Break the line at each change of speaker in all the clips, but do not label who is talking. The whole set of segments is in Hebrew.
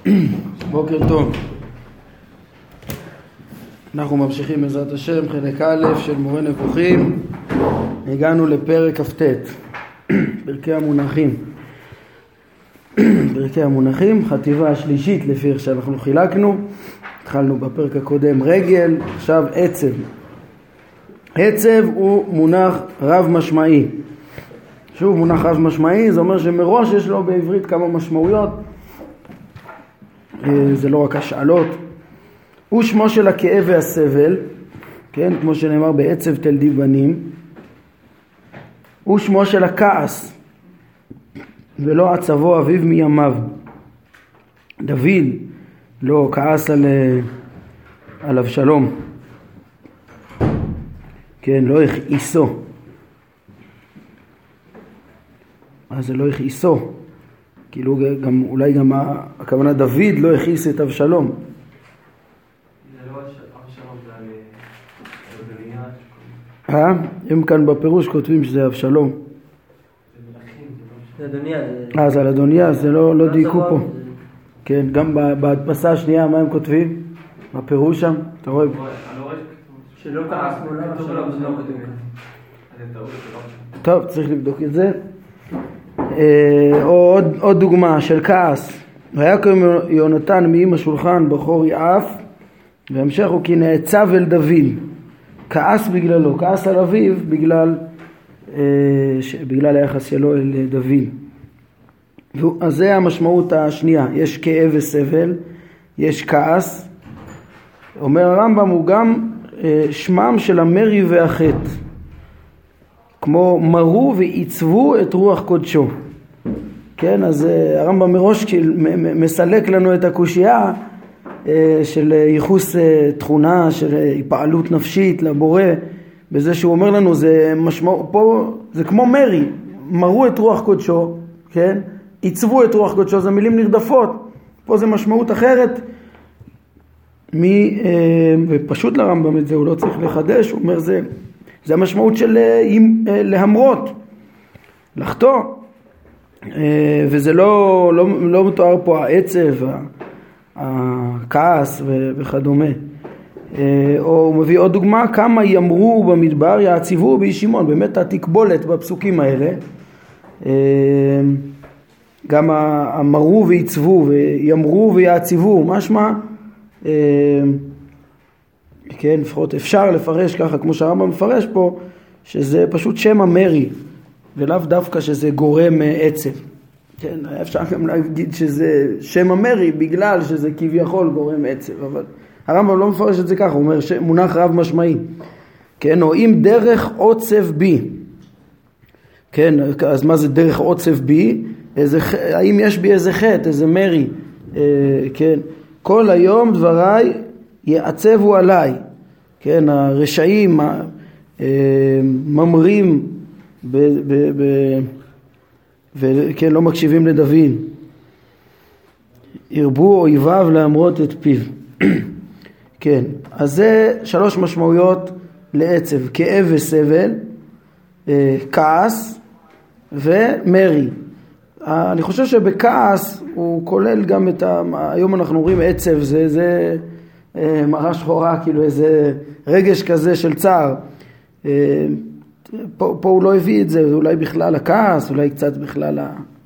בוקר טוב. אנחנו ממשיכים בעזרת השם חלק א' של מורה נבוכים. הגענו לפרק כ"ט, פרקי המונחים. פרקי המונחים, חטיבה השלישית לפי איך שאנחנו חילקנו. התחלנו בפרק הקודם רגל, עכשיו עצב. עצב הוא מונח רב משמעי. שוב, מונח רב משמעי, זה אומר שמראש יש לו בעברית כמה משמעויות. זה לא רק השאלות. הוא שמו של הכאב והסבל, כן, כמו שנאמר בעצב תלדי בנים. הוא שמו של הכעס, ולא עצבו אביו מימיו. דוד לא כעס על אבשלום, כן, לא הכעיסו. אז זה לא הכעיסו, כאילו גם, אולי גם הכוונה דוד לא הכעיס את אבשלום.
זה לא אבשלום, זה על אדוניה.
הם כאן בפירוש כותבים שזה אבשלום.
זה אדוניה.
אז על אדוניה זה לא דייקו פה. כן, גם בהדפסה השנייה מה הם כותבים? בפירוש שם, אתה רואה?
שלא כעס מולה אבשלום, זה לא כתוב כאן.
טוב, צריך לבדוק את זה. עוד דוגמה של כעס. והיה קוראים יונתן מאם השולחן בחור יעף, והמשך הוא כי נעצב אל דוד. כעס בגללו, כעס על אביו בגלל היחס שלו אל דוד. אז זה המשמעות השנייה. יש כאב וסבל, יש כעס. אומר הרמב"ם הוא גם שמם של המרי והחטא. כמו מרו ועיצבו את רוח קודשו. כן, אז הרמב"ם מראש מסלק לנו את הקושייה של ייחוס תכונה, של פעלות נפשית לבורא, בזה שהוא אומר לנו, פה זה כמו מרי, מרו את רוח קודשו, כן? עיצבו את רוח קודשו, זה מילים נרדפות. פה זה משמעות אחרת, ופשוט לרמב"ם את זה הוא לא צריך לחדש, הוא אומר זה המשמעות של להמרות, לחטוא, וזה לא מתואר פה העצב, הכעס וכדומה. או הוא מביא עוד דוגמה, כמה ימרו במדבר יעציבו באיש שמעון, באמת התקבולת בפסוקים האלה, גם המרו ועיצבו וימרו ויעציבו, משמע, כן, לפחות אפשר לפרש ככה, כמו שהרמב"ם מפרש פה, שזה פשוט שם המרי, ולאו דווקא שזה גורם עצב. כן, אפשר גם להגיד שזה שם המרי, בגלל שזה כביכול גורם עצב, אבל הרמב"ם לא מפרש את זה ככה, הוא אומר מונח רב משמעי. כן, או אם דרך עוצב בי. כן, אז מה זה דרך עוצב בי? האם יש בי איזה חטא, איזה מרי? כן, כל היום דבריי יעצבו עליי. כן, הרשעים ממרים וכן, לא מקשיבים לדוד. ירבו אויביו להמרות את פיו. כן, אז זה שלוש משמעויות לעצב: כאב וסבל, כעס ומרי. אני חושב שבכעס הוא כולל גם היום אנחנו רואים עצב, זה מראה שחורה, כאילו איזה רגש כזה של צער. פה הוא לא הביא את זה, אולי בכלל הכעס, אולי קצת בכלל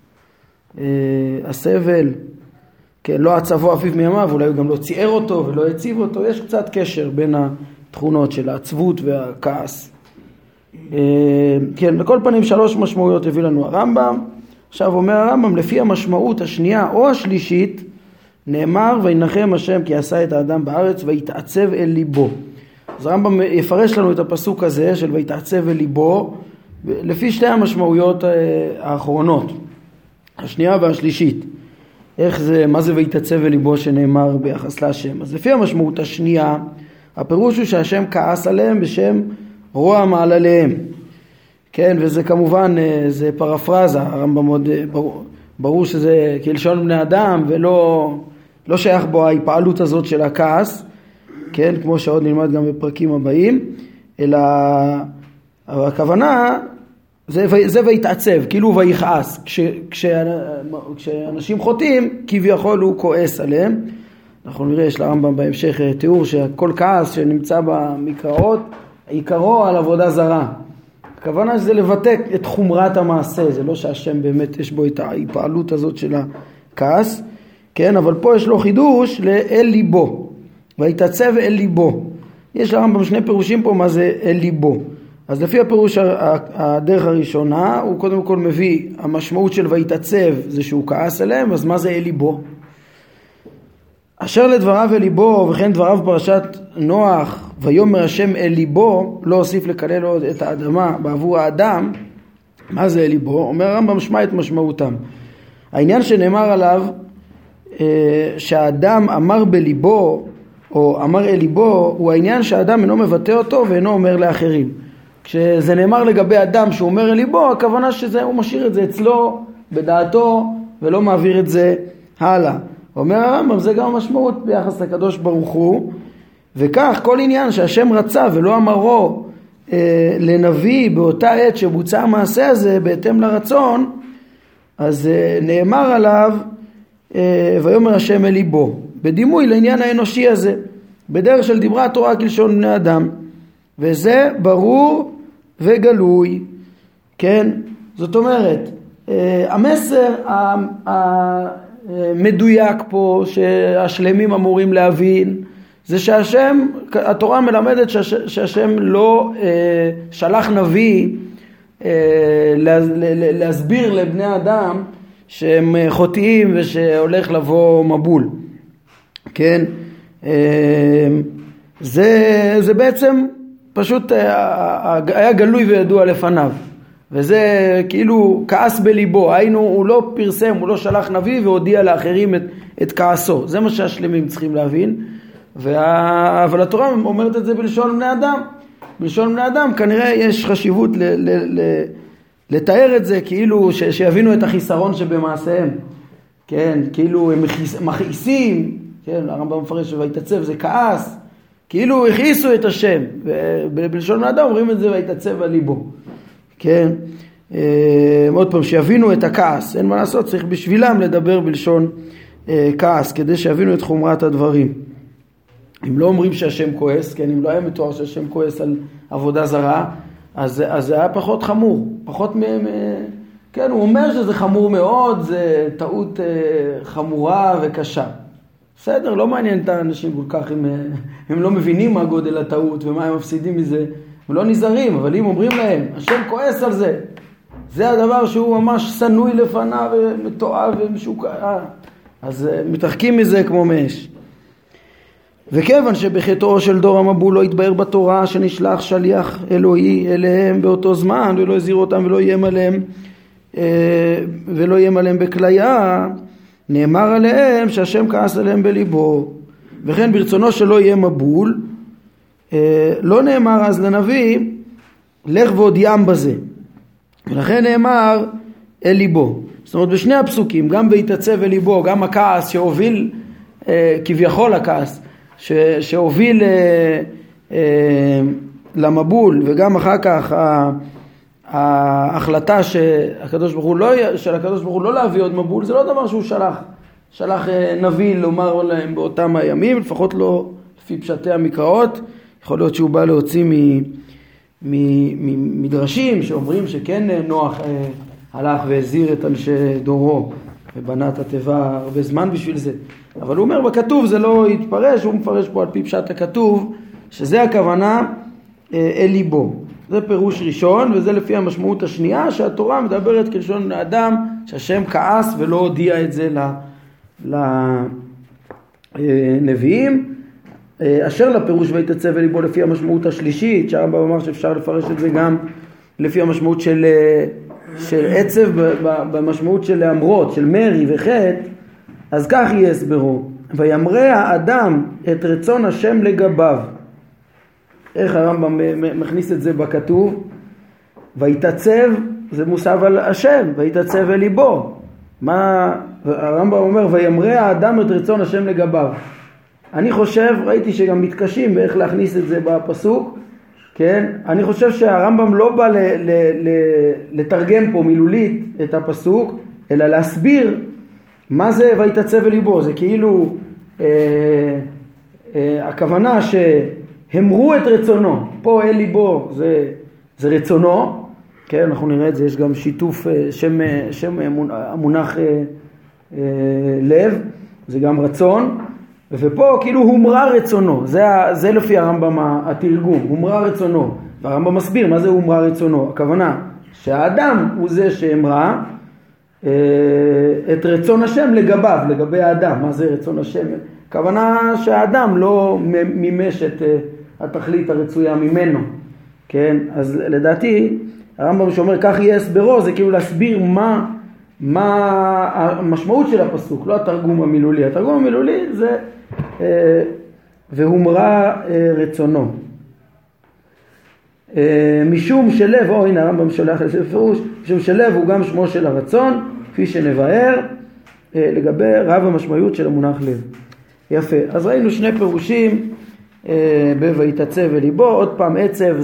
הסבל. כן, לא עצבו אביו מימיו, אולי הוא גם לא ציער אותו ולא הציב אותו. יש קצת קשר בין התכונות של העצבות והכעס. כן, לכל פנים שלוש משמעויות הביא לנו הרמב"ם. עכשיו אומר הרמב"ם, לפי המשמעות השנייה או השלישית, נאמר וינחם השם כי עשה את האדם בארץ ויתעצב אל ליבו. אז הרמב"ם יפרש לנו את הפסוק הזה של ויתעצב אל ליבו לפי שתי המשמעויות האחרונות, השנייה והשלישית. מה זה ויתעצב אל ליבו שנאמר ביחס להשם? אז לפי המשמעות השנייה, הפירוש הוא שהשם כעס עליהם בשם רוע מעלליהם. כן, וזה כמובן, זה פרפרזה, הרמב"ם מאוד ברור שזה כלשון בני אדם ולא שייך בו ההתפעלות הזאת של הכעס, כן, כמו שעוד נלמד גם בפרקים הבאים, אלא הכוונה זה ויתעצב, כאילו ויכעס. כשאנשים חוטאים, כביכול הוא כועס עליהם. אנחנו נראה, יש לרמב"ם בהמשך תיאור שכל כעס שנמצא במקראות, עיקרו על עבודה זרה. הכוונה שזה לבטא את חומרת המעשה, זה לא שהשם באמת יש בו את ההפעלות הזאת של הכעס, כן? אבל פה יש לו חידוש לאל ליבו, ויתעצב אל ליבו. יש לרמב"ם שני פירושים פה מה זה אל ליבו. אז לפי הפירוש הדרך הראשונה, הוא קודם כל מביא, המשמעות של ויתעצב זה שהוא כעס עליהם, אז מה זה אל ליבו? אשר לדבריו אל ליבו, וכן דבריו פרשת נוח, ויאמר השם אל ליבו, לא הוסיף לקלל עוד את האדמה בעבור האדם. מה זה אל ליבו? אומר הרמב"ם, שמע את משמעותם. העניין שנאמר עליו, שהאדם אמר בליבו, או אמר אל ליבו, הוא העניין שהאדם אינו מבטא אותו ואינו אומר לאחרים. כשזה נאמר לגבי אדם שהוא אומר אל ליבו, הכוונה שהוא משאיר את זה אצלו, בדעתו, ולא מעביר את זה הלאה. אומר הרמב"ם, זה גם המשמעות ביחס לקדוש ברוך הוא, וכך כל עניין שהשם רצה ולא אמרו לנביא באותה עת שבוצע המעשה הזה בהתאם לרצון, אז נאמר עליו ויאמר השם אל ליבו, בדימוי לעניין האנושי הזה, בדרך של דיברה התורה כלשון בני אדם, וזה ברור וגלוי, כן? זאת אומרת, המסר המדויק פה שהשלמים אמורים להבין, זה שהשם, התורה מלמדת שהשם לא שלח נביא להסביר לבני אדם שהם חוטאים ושהולך לבוא מבול, כן? זה בעצם פשוט היה גלוי וידוע לפניו, וזה כאילו כעס בליבו, היינו הוא לא פרסם, הוא לא שלח נביא והודיע לאחרים את כעסו. זה מה שהשלמים צריכים להבין, אבל התורה אומרת את זה בלשון בני אדם. בלשון בני אדם כנראה יש חשיבות לתאר את זה כאילו שיבינו את החיסרון שבמעשיהם, כן? כאילו הם מכעיסים, כן? הרמב"ם מפרש ויתעצב זה כעס, כאילו הכעיסו את השם, ובלשון בני אדם אומרים את זה ויתעצב על ליבו, כן? עוד פעם, שיבינו את הכעס, אין מה לעשות, צריך בשבילם לדבר בלשון כעס, כדי שיבינו את חומרת הדברים. אם לא אומרים שהשם כועס, כן, אם לא היה מתואר שהשם כועס על עבודה זרה, אז זה היה פחות חמור, פחות כן, הוא אומר שזה חמור מאוד, זה טעות חמורה וקשה. בסדר, לא מעניין את האנשים כל כך, הם לא מבינים מה גודל הטעות ומה הם מפסידים מזה, הם לא נזהרים, אבל אם אומרים להם, השם כועס על זה, זה הדבר שהוא ממש סנוי לפניו ומתואב ומשוקע, אז מתרחקים מזה כמו מאש. וכיוון שבחטאו של דור המבול לא התבהר בתורה שנשלח שליח אלוהי אליהם באותו זמן ולא הזהיר אותם ולא איים עליהם בכליה, נאמר עליהם שהשם כעס עליהם בליבו, וכן ברצונו שלא יהיה מבול, לא נאמר אז לנביא לך והודיעם בזה, ולכן נאמר אל ליבו. זאת אומרת בשני הפסוקים, גם ויתעצב אל ליבו, גם הכעס שהוביל, כביכול הכעס שהוביל למבול, וגם אחר כך ההחלטה של הקדוש ברוך הוא לא להביא עוד מבול, זה לא דבר שהוא שלח נביא לומר להם באותם הימים, לפחות לא לפי פשטי המקראות. יכול להיות שהוא בא להוציא מדרשים שאומרים שכן נוח הלך והזהיר את אנשי דורו ובנה את התיבה הרבה זמן בשביל זה, אבל הוא אומר בכתוב זה לא יתפרש, הוא מפרש פה על פי פשט הכתוב שזה הכוונה אל ליבו. זה פירוש ראשון, וזה לפי המשמעות השנייה שהתורה מדברת כלשון האדם שהשם כעס ולא הודיע את זה לנביאים. אשר לפירוש ויתעצב אל ליבו לפי המשמעות השלישית, שהרמב"ם אמר שאפשר לפרש את זה גם לפי המשמעות של עצב במשמעות של להמרות, של מרי וחטא, אז כך יהיה הסברו. וימרה האדם את רצון השם לגביו. איך הרמב"ם מכניס את זה בכתוב? ויתעצב זה מוסב על השם, ויתעצב אל ליבו. מה הרמב"ם אומר? וימרה האדם את רצון השם לגביו. אני חושב, ראיתי שגם מתקשים באיך להכניס את זה בפסוק, כן? אני חושב שהרמב"ם לא בא לתרגם פה מילולית את הפסוק, אלא להסביר מה זה ויתעצב בליבו. זה כאילו הכוונה שהמרו את רצונו. פה אל ליבו זה רצונו, כן? אנחנו נראה את זה, יש גם שיתוף שם המונח לב, זה גם רצון, ופה כאילו הומרה רצונו, זה לפי הרמב"ם התרגום, הומרה רצונו, והרמב"ם מסביר מה זה הומרה רצונו. הכוונה שהאדם הוא זה שהמרה את רצון השם לגבי האדם. מה זה רצון השם? הכוונה שהאדם לא מימש את התכלית הרצויה ממנו, כן? אז לדעתי הרמב"ם שאומר כך יהיה הסברו, זה כאילו להסביר מה המשמעות של הפסוק, לא התרגום המילולי. התרגום המילולי זה והומרה רצונו. משום שלב, הנה הרמב"ם שולח לזה בפירוש, משום שלב הוא גם שמו של הרצון, כפי שנבהר לגבי רב המשמעות של המונח לב. יפה, אז ראינו שני פירושים בויתעצב בליבו. עוד פעם, עצב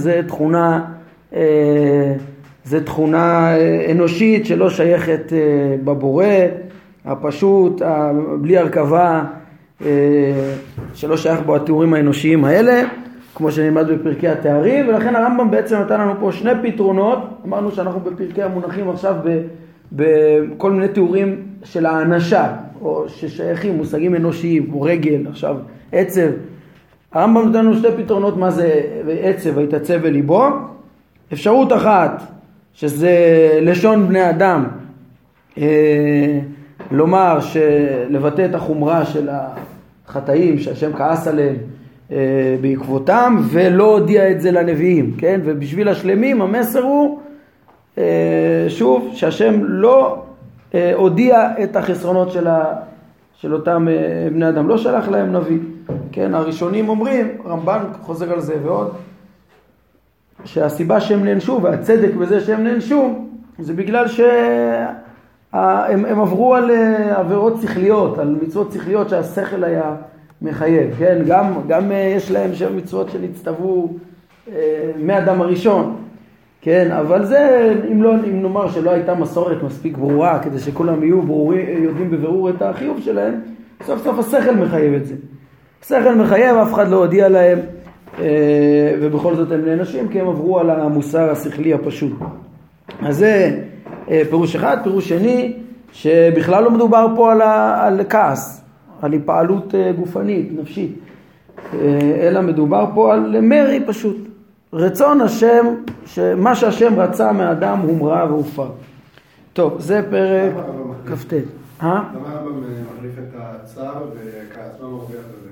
זה תכונה אנושית שלא שייכת בבורא הפשוט, בלי הרכבה, שלא שייך בו התיאורים האנושיים האלה, כמו שנלמד בפרקי התארים. ולכן הרמב"ם בעצם נתן לנו פה שני פתרונות. אמרנו שאנחנו בפרקי המונחים עכשיו בכל מיני תיאורים של האנשה, או ששייכים מושגים אנושיים, כמו רגל, עכשיו עצב. הרמב"ם נתן לנו שתי פתרונות מה זה עצב ויתעצב בליבו. אפשרות אחת, שזה לשון בני אדם, לומר לבטא את החומרה של החטאים שהשם כעס עליהם בעקבותם, ולא הודיע את זה לנביאים, כן? ובשביל השלמים המסר הוא שוב שהשם לא הודיע את החסרונות של אותם בני אדם, לא שלח להם נביא, כן? הראשונים אומרים, רמב"ן חוזר על זה ועוד, שהסיבה שהם נענשו והצדק בזה שהם נענשו זה בגלל שהם עברו על עבירות שכליות, על מצוות שכליות שהשכל היה מחייב, כן? גם יש להם שם מצוות שנצטוו מאדם הראשון, כן? אבל זה אם נאמר שלא הייתה מסורת מספיק ברורה כדי שכולם יהיו יודעים בבירור את החיוב שלהם, סוף סוף השכל מחייב את זה. השכל מחייב, אף אחד לא הודיע להם, ובכל זאת הם נענשים כי הם עברו על המוסר השכלי הפשוט. אז זה פירוש אחד. פירוש שני, שבכלל לא מדובר פה על כעס, על התפעלות גופנית, נפשית, אלא מדובר פה על מרי פשוט. רצון השם, שמה שהשם רצה מאדם הומרה והופר. טוב, זה פרק כ"ט.
למה הרמב"ם מחליף את הצער וכעס? מה מרוויח את זה?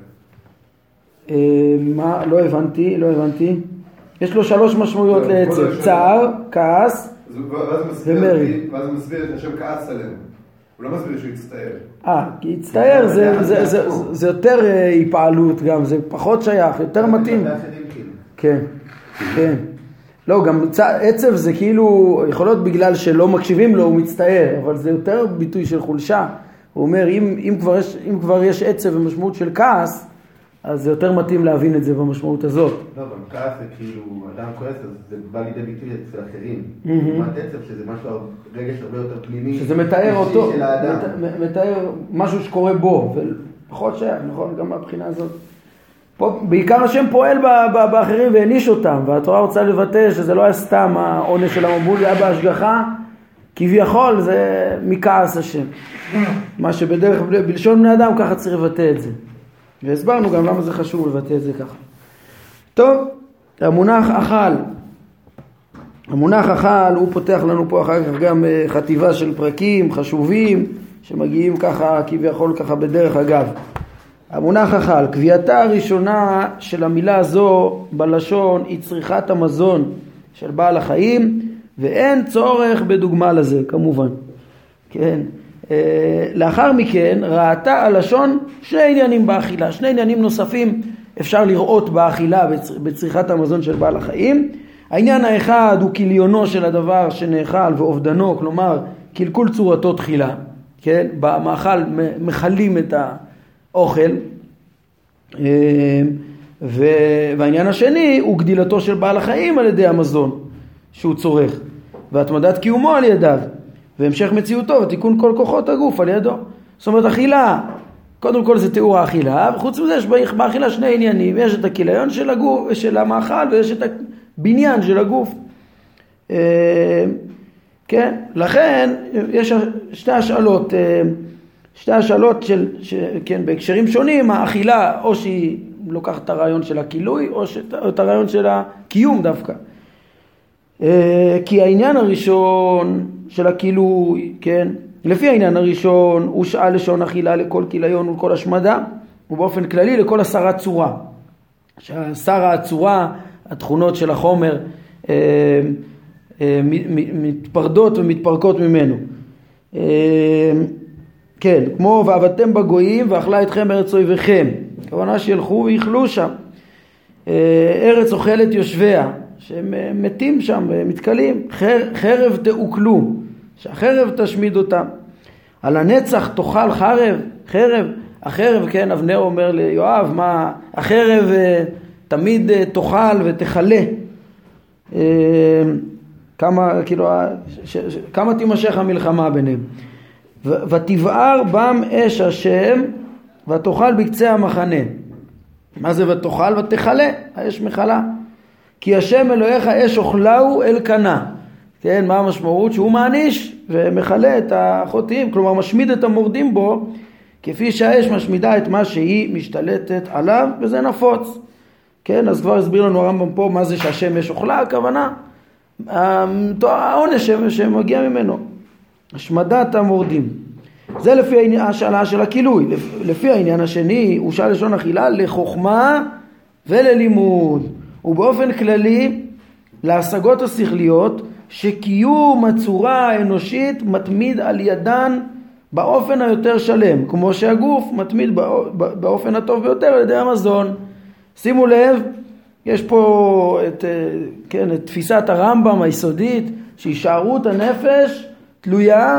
מה? לא הבנתי. יש לו 3 משמעויות לעצב, צער, כעס ומרי.
ואז הוא מסביר את השם כעס עלינו. הוא לא מסביר שהוא יצטער.
כי יצטער זה יותר היפעלות גם, זה פחות שייך, יותר מתאים. כן. לא, גם עצב זה כאילו, יכול להיות בגלל שלא מקשיבים לו הוא מצטער, אבל זה יותר ביטוי של חולשה. הוא אומר, אם כבר יש עצב ומשמעות של כעס, אז זה יותר מתאים להבין את זה במשמעות הזאת.
לא, גם כעס זה כאילו, אדם כועס, אז זה בא לידי ביטוי אצל אחרים. לעומת עצב, שזה משהו, רגש הרבה יותר פנימי.
שזה מתאר אותו, מתאר משהו שקורה בו, ופחות שייך, נכון? גם מהבחינה הזאת. פה, בעיקר השם פועל באחרים והניש אותם, והתורה רוצה לבטא שזה לא היה סתם העונש של המבול, זה היה בהשגחה, כביכול זה מכעס השם. מה שבדרך, בלשון בני אדם ככה צריך לבטא את זה. והסברנו גם למה זה חשוב לבטא את זה ככה. טוב, המונח אכל הוא פותח לנו פה אחר כך גם חטיבה של פרקים חשובים שמגיעים ככה כביכול ככה בדרך אגב. המונח אכל, קביעתה הראשונה של המילה הזו בלשון היא צריכת המזון של בעל החיים, ואין צורך בדוגמה לזה כמובן. כן. לאחר מכן ראתה הלשון 2 עניינים באכילה, 2 עניינים נוספים אפשר לראות באכילה בצריכת המזון של בעל החיים. העניין האחד הוא כליונו של הדבר שנאכל ואובדנו, כלומר קלקול צורתו תחילה, כן? במאכל מחלים את האוכל, והעניין השני הוא גדילתו של בעל החיים על ידי המזון שהוא צורך, והתמדת קיומו על ידיו, והמשך מציאותו ותיקון כל כוחות הגוף על ידו. זאת אומרת, אכילה, קודם כל זה תיאור האכילה, וחוץ מזה יש באכילה שני עניינים, יש את הכיליון של הגוף, של המאכל, ויש את הבניין של הגוף. כן, לכן יש שתי השאלות כן, בהקשרים שונים, האכילה או שהיא לוקחת את הרעיון של הכילוי, או את הרעיון של הקיום דווקא. כי העניין הראשון של הכילוי, כן, לפי העניין הראשון הוא שאל לשון אכילה לכל כיליון ולכל השמדה, ובאופן כללי לכל הסרת צורה. שהסרה הצורה, התכונות של החומר מתפרדות ומתפרקות ממנו. כן, כמו ועבדתם בגויים ואכלה אתכם ארץ אויביכם, הכוונה שילכו ויאכלו שם. ארץ אוכלת יושביה, שהם מתים שם, מתקלים. חרב תאוכלו, שהחרב תשמיד אותם. על הנצח תאכל חרב. החרב, כן, אבנר אומר ליואב, מה החרב תמיד תאכל ותחלה. כמה תימשך המלחמה ביניהם. ותבער בם אש השם ותאכל בקצה המחנה. מה זה ותאכל? ותחלה, האש מחלה. כי השם אלוהיך אש אוכלהו אל קנה. כן, מה המשמעות? שהוא מעניש ומחלה את החוטאים, כלומר משמיד את המורדים בו, כפי שהאש משמידה את מה שהיא משתלטת עליו, וזה נפוץ. כן, אז כבר הסביר לנו הרמב"ם פה מה זה שהשם אש אוכלה, הכוונה העונש שמגיע ממנו, השמדת המורדים. זה לפי השאלה של הכילוי. לפי העניין השני הוא שאל לשון אכילה לחוכמה וללימוד, ובאופן כללי להשגות השכליות שקיום הצורה האנושית מתמיד על ידן באופן היותר שלם, כמו שהגוף מתמיד באופן הטוב ביותר על ידי המזון. שימו לב, יש פה את תפיסת הרמב"ם היסודית, שהישארות הנפש תלויה,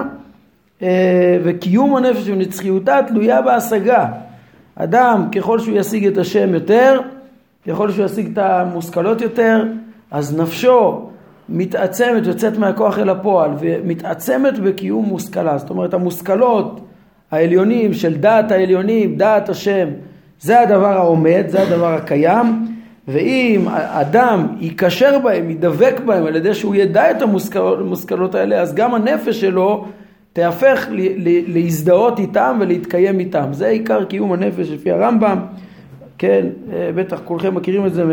וקיום הנפש ונצחיותה תלויה בהשגה. אדם, ככל שהוא ישיג את השם יותר, ככל שהוא ישיג את המושכלות יותר, אז נפשו מתעצמת, יוצאת מהכוח אל הפועל, ומתעצמת בקיום מושכלה. זאת אומרת, המושכלות העליונים של דעת העליונים, דעת השם, זה הדבר העומד, זה הדבר הקיים, ואם אדם יקשר בהם, ידבק בהם, על ידי שהוא ידע את המושכלות האלה, אז גם הנפש שלו תהפך להזדהות איתם ולהתקיים איתם. זה עיקר קיום הנפש לפי הרמב"ם. כן, בטח כולכם מכירים את זה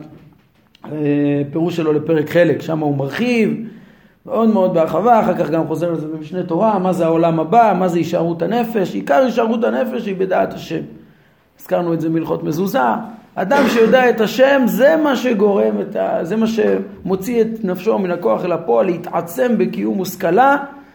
מהפירוש שלו לפרק חלק, שם הוא מרחיב מאוד מאוד בהרחבה, אחר כך גם חוזר לזה במשנה תורה, מה זה העולם הבא, מה זה הישארות הנפש. עיקר הישארות הנפש היא בדעת השם. הזכרנו את זה מלכות מזוזה. אדם שיודע את השם, זה מה שגורם, זה מה שמוציא את נפשו מן הכוח אל הפועל, להתעצם בקיום מושכלה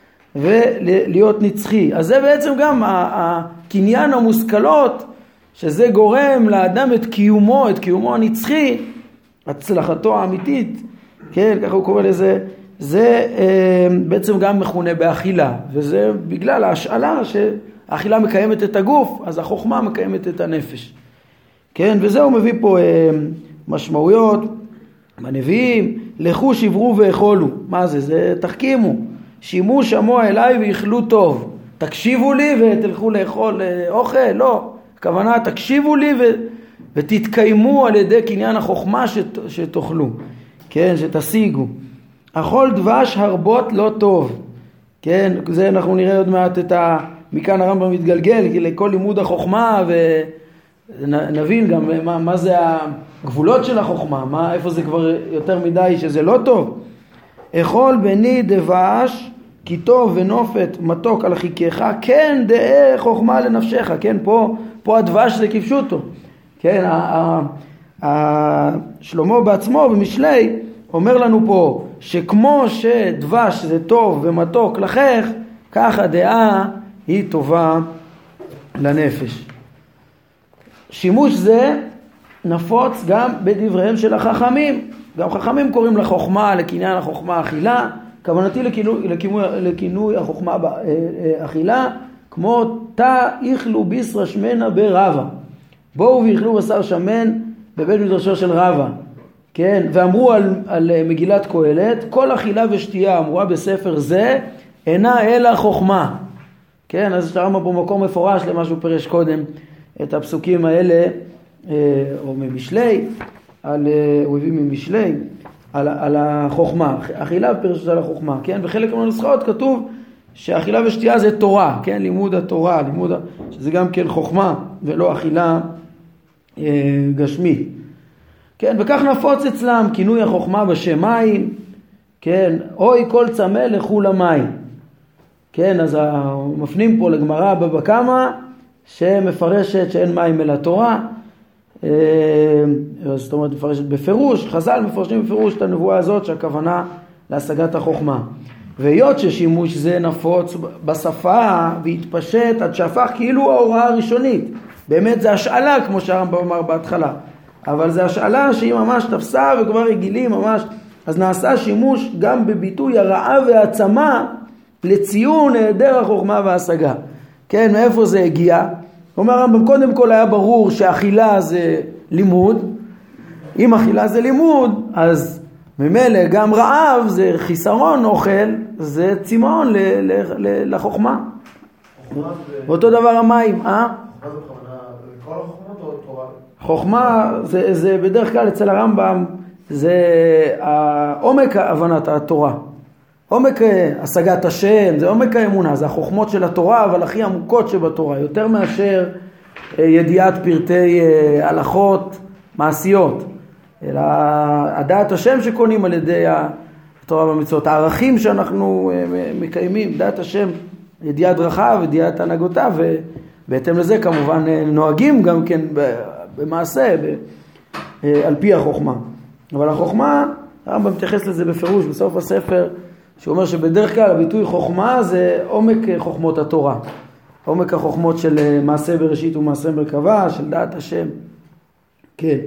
ולהיות נצחי. אז זה בעצם גם הקניין המושכלות, שזה גורם לאדם את קיומו הנצחי, הצלחתו האמיתית, כן, ככה הוא קורא לזה, זה בעצם גם מכונה באכילה, וזה בגלל ההשאלה שהאכילה מקיימת את הגוף, אז החוכמה מקיימת את הנפש. כן, וזה הוא מביא פה משמעויות בנביאים, לכו שברו ואכולו. מה זה? זה תחכימו. שימו שמוע אליי ויאכלו טוב. תקשיבו לי ותלכו לאכול אוכל? לא. הכוונה, תקשיבו לי ותתקיימו על ידי קניין החוכמה שתאכלו. כן, שתשיגו. אכול דבש הרבות לא טוב. כן, זה אנחנו נראה עוד מעט מכאן הרמב"ם מתגלגל, כי לכל לימוד החוכמה ונבין גם מה זה הגבולות של החוכמה, איפה זה כבר יותר מדי שזה לא טוב. אכול בני דבש כי טוב ונופת מתוק על חיכך, כן דאה חוכמה לנפשך. כן, פה הדבש זה כפשוטו. כן, שלמה בעצמו במשלי אומר לנו פה שכמו שדבש זה טוב ומתוק לחך, ככה דעה היא טובה לנפש. שימוש זה נפוץ גם בדבריהם של החכמים. גם חכמים קוראים לחוכמה, לקניין החוכמה אכילה. כוונתי לכינוי החוכמה אכילה, כמו תא איכלו ביסרא שמנה ברבא. בואו ואיכלו בשר שמן בבית מדרשו של רבא, כן, ואמרו על מגילת קהלת, כל אכילה ושתייה אמורה בספר זה, אינה אלא חוכמה. כן, אז שרמה פה מקום מפורש למה שהוא פרש קודם, את הפסוקים האלה, או ממשלי, הוא הביא ממשלי, על החוכמה, אכילה ופרש על החוכמה, כן, בחלק מהנוסחאות כתוב שאכילה ושתייה זה תורה, כן, לימוד התורה, שזה גם כן חוכמה ולא אכילה גשמית. כן, וכך נפוץ אצלם כינוי החוכמה בשם מים, כן, אוי כל צמא לכו למים. כן, אז מפנים פה לגמרא בבא קמא שמפרשת שאין מים אלא תורה, זאת אומרת מפרשת בפירוש, חז"ל מפרשים בפירוש את הנבואה הזאת שהכוונה להשגת החוכמה. והיות ששימוש זה נפוץ בשפה והתפשט עד שהפך כאילו ההוראה הראשונית, באמת זה השאלה כמו שהרמב"ם אמר בהתחלה, אבל זה השאלה שהיא ממש תפסה וכבר רגילים ממש, אז נעשה שימוש גם בביטוי הרעה והעצמה לציון היעדר החוכמה וההשגה. כן, מאיפה זה הגיע? אומר הרמב"ם, קודם כל היה ברור שאכילה זה לימוד, אם אכילה זה לימוד, אז ממילא גם רעב זה חיסרון אוכל, זה צמאון לחוכמה. ואותו דבר המים,
כל החוכמות או תורה?
חוכמה זה בדרך כלל אצל הרמב"ם זה עומק הבנת התורה, עומק השגת השם, זה עומק האמונה, זה החוכמות של התורה, אבל הכי עמוקות שבתורה, יותר מאשר ידיעת פרטי הלכות מעשיות, אלא הדעת השם שקונים על ידי התורה והמצוות, הערכים שאנחנו מקיימים, דעת השם, ידיעת דרכיו, ידיעת הנהגותיו, ובהתאם לזה כמובן נוהגים גם כן במעשה, על פי החוכמה. אבל החוכמה, הרמב"ם מתייחס לזה בפירוש בסוף הספר, שאומר שבדרך כלל הביטוי חוכמה זה עומק חוכמות התורה, עומק החוכמות של מעשה בראשית ומעשה מרכבה, של דעת השם. כן.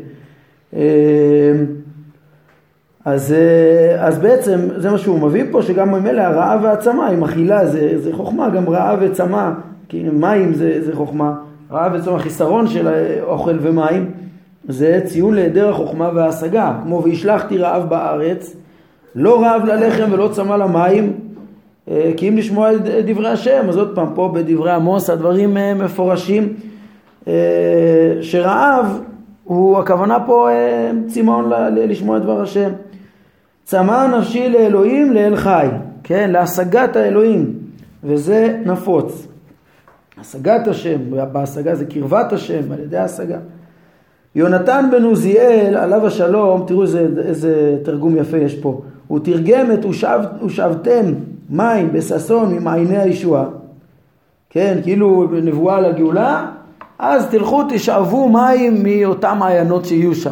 אז בעצם זה מה שהוא מביא פה, שגם ממילא הרעה והעצמה, אם אכילה זה חוכמה, גם רעה וצמא, כי מים זה חוכמה, רעה וצמא, חיסרון של אוכל ומים, זה ציון להיעדר החוכמה וההשגה, כמו והשלחתי רעב בארץ, לא רעב ללחם ולא צמא למים, כי אם לשמוע את דברי השם, אז עוד פעם פה בדברי עמוס הדברים מפורשים, שרעב הוא הכוונה פה צמאון לשמוע את דבר השם. צמא נפשי לאלוהים לאל חי, כן, להשגת האלוהים, וזה נפוץ. השגת השם, בהשגה זה קרבת השם, על ידי ההשגה. יונתן בן עוזיאל, עליו השלום, תראו איזה תרגום יפה יש פה. הוא תרגם את ושבתם מים בססון ממעייני הישועה. כן, כאילו נבואה על הגאולה, אז תלכו תשאבו מים מאותם מעיינות שיהיו שם.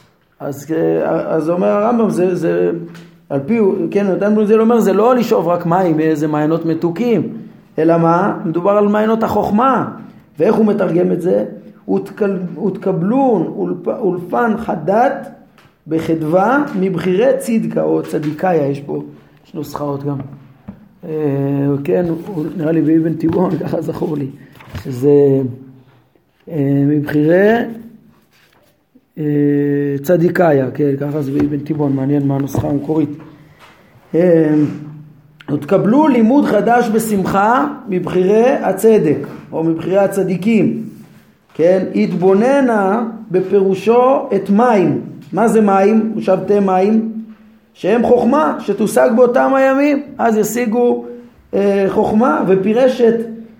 אז אומר הרמב"ם, זה על פי, כן, יונתן בן עוזיאל אומר, זה לא לשאוב רק מים מאיזה מעיינות מתוקים, אלא מה? מדובר על מעיינות החוכמה. ואיך הוא מתרגם את זה? ותקבלון אולפן חדת בחדווה מבחירי צדקה או צדיקאיה, יש פה נוסחאות גם, כן, נראה לי באבן תיבון, ככה זכור לי, שזה מבחירי צדיקאיה, כן, ככה זה באבן תיבון, מעניין מה הנוסחה המקורית. ותקבלו לימוד חדש בשמחה מבחירי הצדק או מבחירי הצדיקים, כן, התבוננה בפירושו את מים. מה זה מים? ושבתם מים שהם חוכמה שתושג באותם הימים, אז ישיגו חוכמה, ופירשת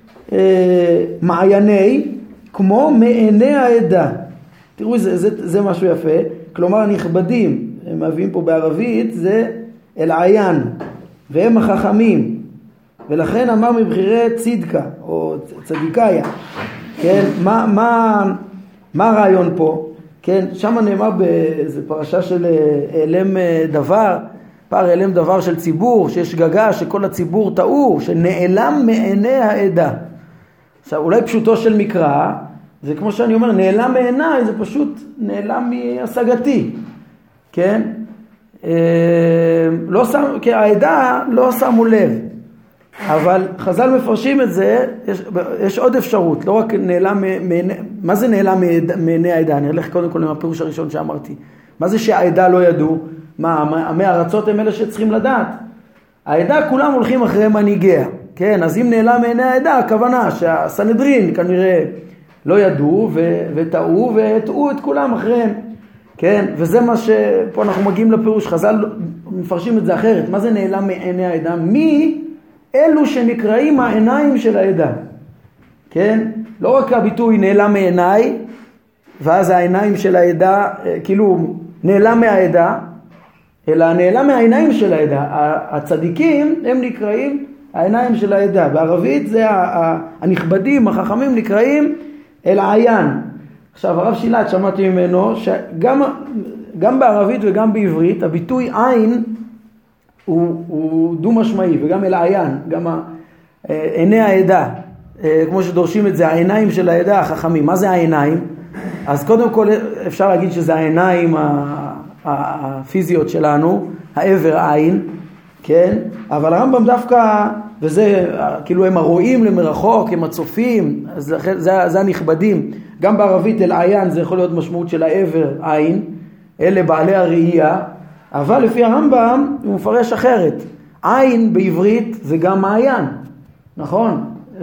מעייני כמו מעיני העדה. תראו, זה משהו יפה, כלומר נכבדים, הם מביאים פה בערבית, זה אל עיין, והם החכמים, ולכן אמר מבחירי צדקה או צדיקאיה. כן, מה הרעיון פה? כן, שם נאמר באיזו פרשה של אלם דבר, פער אלם דבר של ציבור, שיש גגה שכל הציבור טעו, שנעלם מעיני העדה. עכשיו, אולי פשוטו של מקרא, זה כמו שאני אומר, נעלם מעיניי, זה פשוט נעלם מהשגתי, כן? לא שם, כי העדה לא שמו לב, אבל חז"ל מפרשים את זה, יש עוד אפשרות, לא רק נעלם, מה זה נעלם מעיני העדה? אני אלך קודם כל עם הפירוש הראשון שאמרתי. מה זה שהעדה לא ידעו? מה, עמי ארצות הם אלה שצריכים לדעת? העדה כולם הולכים אחרי מנהיגיה, כן? אז אם נעלם מעיני העדה, הכוונה שהסנהדרין כנראה לא ידעו וטעו והטעו את כולם אחריהם, כן? וזה מה שפה אנחנו מגיעים לפירוש, חז"ל מפרשים את זה אחרת. מה זה נעלם מעיני העדה? מי אלו שנקראים העיניים של העדה, כן? לא רק הביטוי נעלם מעיניי, ואז העיניים של העדה, כאילו נעלם מהעדה, אלא נעלם מהעיניים של העדה. הצדיקים הם נקראים העיניים של העדה. בערבית זה הנכבדים, החכמים נקראים אל העיין. עכשיו הרב שילת, שמעתי ממנו שגם בערבית וגם בעברית הביטוי עין הוא דו משמעי, וגם אל העיין, גם עיני העדה, כמו שדורשים את זה, העיניים של העדה, החכמים. מה זה העיניים? אז קודם כל אפשר להגיד שזה העיניים הפיזיות שלנו, העבר עין, כן? אבל הרמב"ם דווקא, וזה כאילו הם הרואים למרחוק, הם הצופים, אז זה הנכבדים. גם בערבית אל עיין זה יכול להיות משמעות של העבר עין, אלה בעלי הראייה, אבל לפי הרמב"ם הוא מפרש אחרת. עין בעברית זה גם מעיין, נכון?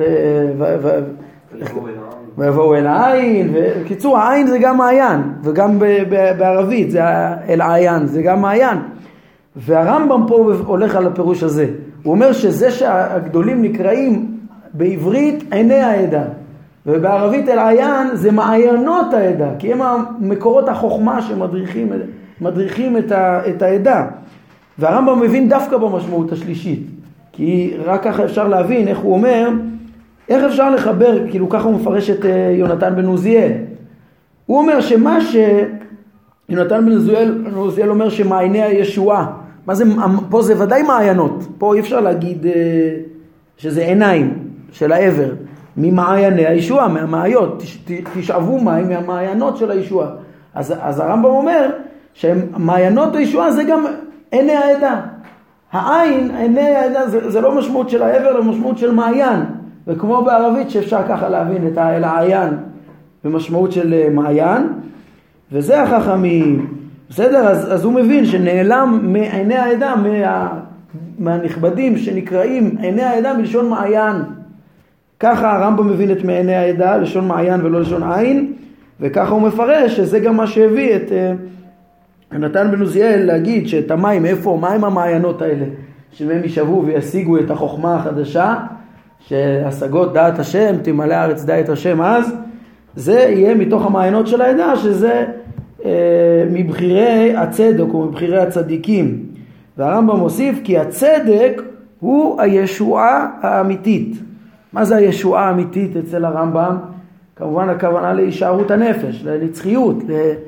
ויבואו אל העין, וקיצור העין זה גם מעיין, וגם בערבית זה אל עיין, זה גם מעיין. והרמב"ם פה הולך על הפירוש הזה. הוא אומר שזה שהגדולים נקראים בעברית עיני העדה, ובערבית אל עיין זה מעיינות העדה, כי הם מקורות החוכמה שמדריכים את העדה. והרמב"ם מבין דווקא במשמעות השלישית, כי רק ככה אפשר להבין איך הוא אומר, איך אפשר לחבר, כאילו ככה הוא מפרש את יונתן בן עוזיאל. הוא אומר שמה יונתן בן עוזיאל אומר שמעייני הישועה, מה זה, פה זה ודאי מעיינות, פה אי אפשר להגיד שזה עיניים של העבר, ממעייני הישועה, מהמעיות, תשאבו מים מהמעיינות של הישועה. אז הרמב"ם אומר שמעיינות הישועה זה גם עיני העדה. העין, עיני העדה, זה לא משמעות של העבר, זה משמעות של מעיין. וכמו בערבית שאפשר ככה להבין את אל העיין במשמעות של מעיין, וזה החכמים. בסדר? אז הוא מבין שנעלם מעיני העדה, מהנכבדים שנקראים עיני העדה מלשון מעיין. ככה הרמב"ם מבין את מעיני העדה, לשון מעיין ולא לשון עין, וככה הוא מפרש שזה גם מה שהביא את יונתן בן עוזיאל להגיד שאת המים, איפה, מה הם המעיינות האלה? שמהם יישבו וישיגו את החוכמה החדשה, שהשגות דעת השם, תמלא הארץ דעת השם, אז זה יהיה מתוך המעיינות של העדה, שזה מבחירי הצדק או מבחירי הצדיקים. והרמב"ם מוסיף כי הצדק הוא הישועה האמיתית. מה זה הישועה האמיתית אצל הרמב"ם? כמובן הכוונה להישארות הנפש, לנצחיות.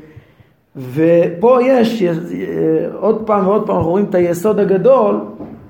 ופה יש עוד פעם ועוד פעם אנחנו רואים את היסוד הגדול,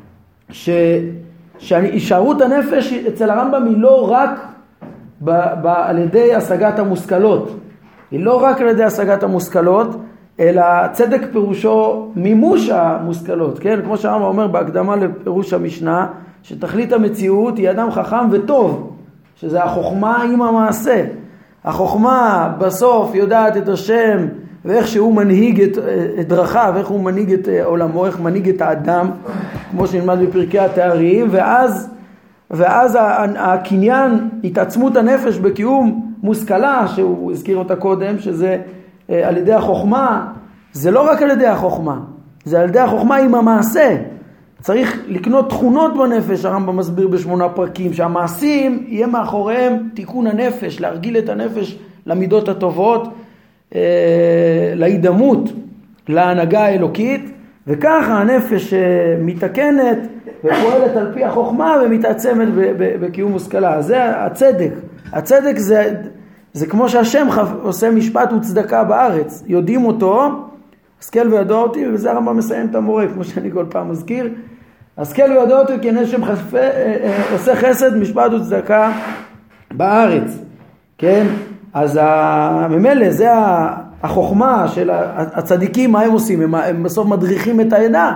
שהישארות הנפש אצל הרמב"ם היא לא רק על ידי השגת המושכלות. היא לא רק על ידי השגת המושכלות, אלא צדק פירושו מימוש המושכלות, כן? כמו שהרמב"ם אומר בהקדמה לפירוש המשנה, שתכלית המציאות היא אדם חכם וטוב, שזה החוכמה עם המעשה. החוכמה בסוף יודעת את השם, ואיך שהוא מנהיג את דרכיו, איך הוא מנהיג את עולמו, איך מנהיג את האדם, כמו שנלמד בפרקי התארים, ואז הקניין, התעצמות הנפש בקיום מושכלה, שהוא הזכיר אותה קודם, שזה על ידי החוכמה, זה לא רק על ידי החוכמה, זה על ידי החוכמה עם המעשה. צריך לקנות תכונות בנפש, הרמב"ם מסביר ב8 פרקים, שהמעשים יהיה מאחוריהם תיקון הנפש, להרגיל את הנפש למידות הטובות, להידמות, להנהגה האלוקית, וככה הנפש מתקנת ופועלת על פי החוכמה ומתעצמת בקיום מושכלה. זה הצדק. הצדק זה כמו שהשם עושה משפט וצדקה בארץ. יודעים אותו, השכל וידוע אותי, וזה הרמב"ם מסיים את המורה, כמו שאני כל פעם מזכיר. השכל וידוע אותי כי השם עושה חסד, משפט וצדקה בארץ. כן? אז ממילא זה החוכמה של הצדיקים, מה הם עושים? הם בסוף מדריכים את העדה.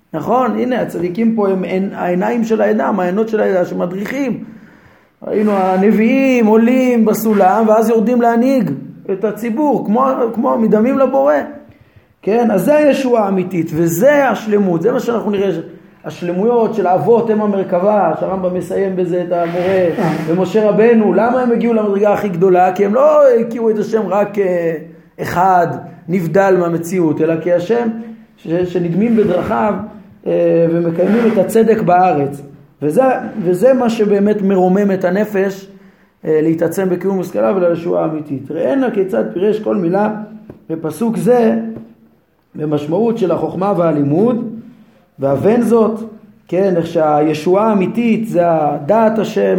נכון, הנה הצדיקים פה הם העיניים של העדה, המעיינות של העדה שמדריכים. ראינו הנביאים עולים בסולם ואז יורדים להנהיג את הציבור, כמו מדמים לבורא. כן, אז זה הישועה האמיתית וזה השלמות, זה מה שאנחנו נראה. השלמויות של האבות הם המרכבה, שהרמב"ם מסיים בזה את המורה ומשה רבנו, למה הם הגיעו למדרגה הכי גדולה? כי הם לא הכירו את השם רק אחד נבדל מהמציאות, אלא כי השם שנדמים בדרכיו ומקיימים את הצדק בארץ. וזה מה שבאמת מרומם את הנפש להתעצם בקיום מושכלה ולישועה האמיתית. ראינה כיצד פירש כל מילה בפסוק זה במשמעות של החוכמה והלימוד, והבן זאת, כן, איך שהישועה האמיתית זה דעת השם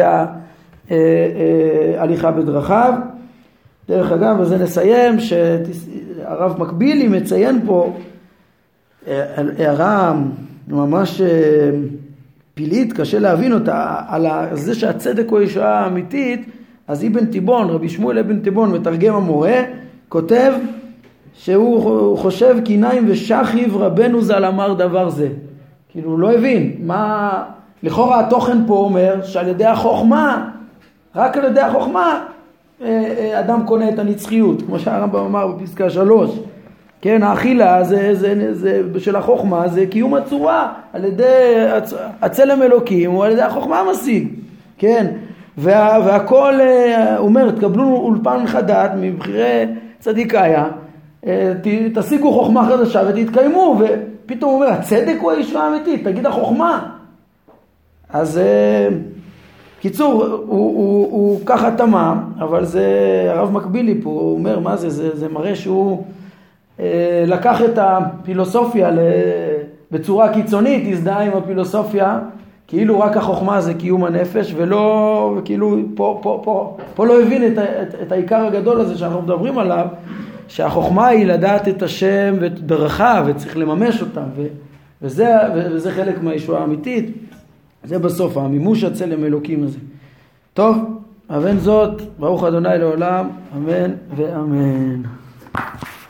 וההליכה בדרכיו. דרך אגב, וזה נסיים, שהרב מקבילי מציין פה הערה ממש פילית, קשה להבין אותה, על זה שהצדק הוא הישועה האמיתית. אז אבן תיבון, רבי שמואל אבן תיבון, מתרגם המורה, כותב שהוא חושב כי נעים ושכיב רבנו ז"ל אמר דבר זה. כאילו הוא לא הבין מה, לכאורה התוכן פה אומר שעל ידי החוכמה, רק על ידי החוכמה אדם קונה את הנצחיות, כמו שהרמב"ם אמר בפסקה 3. כן, האכילה זה של החוכמה, זה קיום הצורה, על ידי הצלם אלוקים, הוא על ידי החוכמה משיג. כן, והכל אומר, תקבלו אולפן חדש מבחירי צדיקאיה, תשיגו חוכמה חדשה ותתקיימו, ופתאום הוא אומר, הצדק הוא הישועה האמיתית, תגיד החוכמה. אז קיצור, הוא ככה תמם, אבל זה הרב מקבילי פה, הוא אומר, מה זה? זה מראה שהוא לקח את הפילוסופיה בצורה קיצונית, הזדהה עם הפילוסופיה, כאילו רק החוכמה זה קיום הנפש, ולא, וכאילו פה לא הבין את העיקר הגדול הזה שאנחנו מדברים עליו, שהחוכמה היא לדעת את השם ואת דרכיו, וצריך לממש אותם, וזה חלק מהישועה האמיתית. זה בסוף, המימוש הצלם אלוקים הזה. טוב, אבן זאת, ברוך ה' לעולם, אמן ואמן.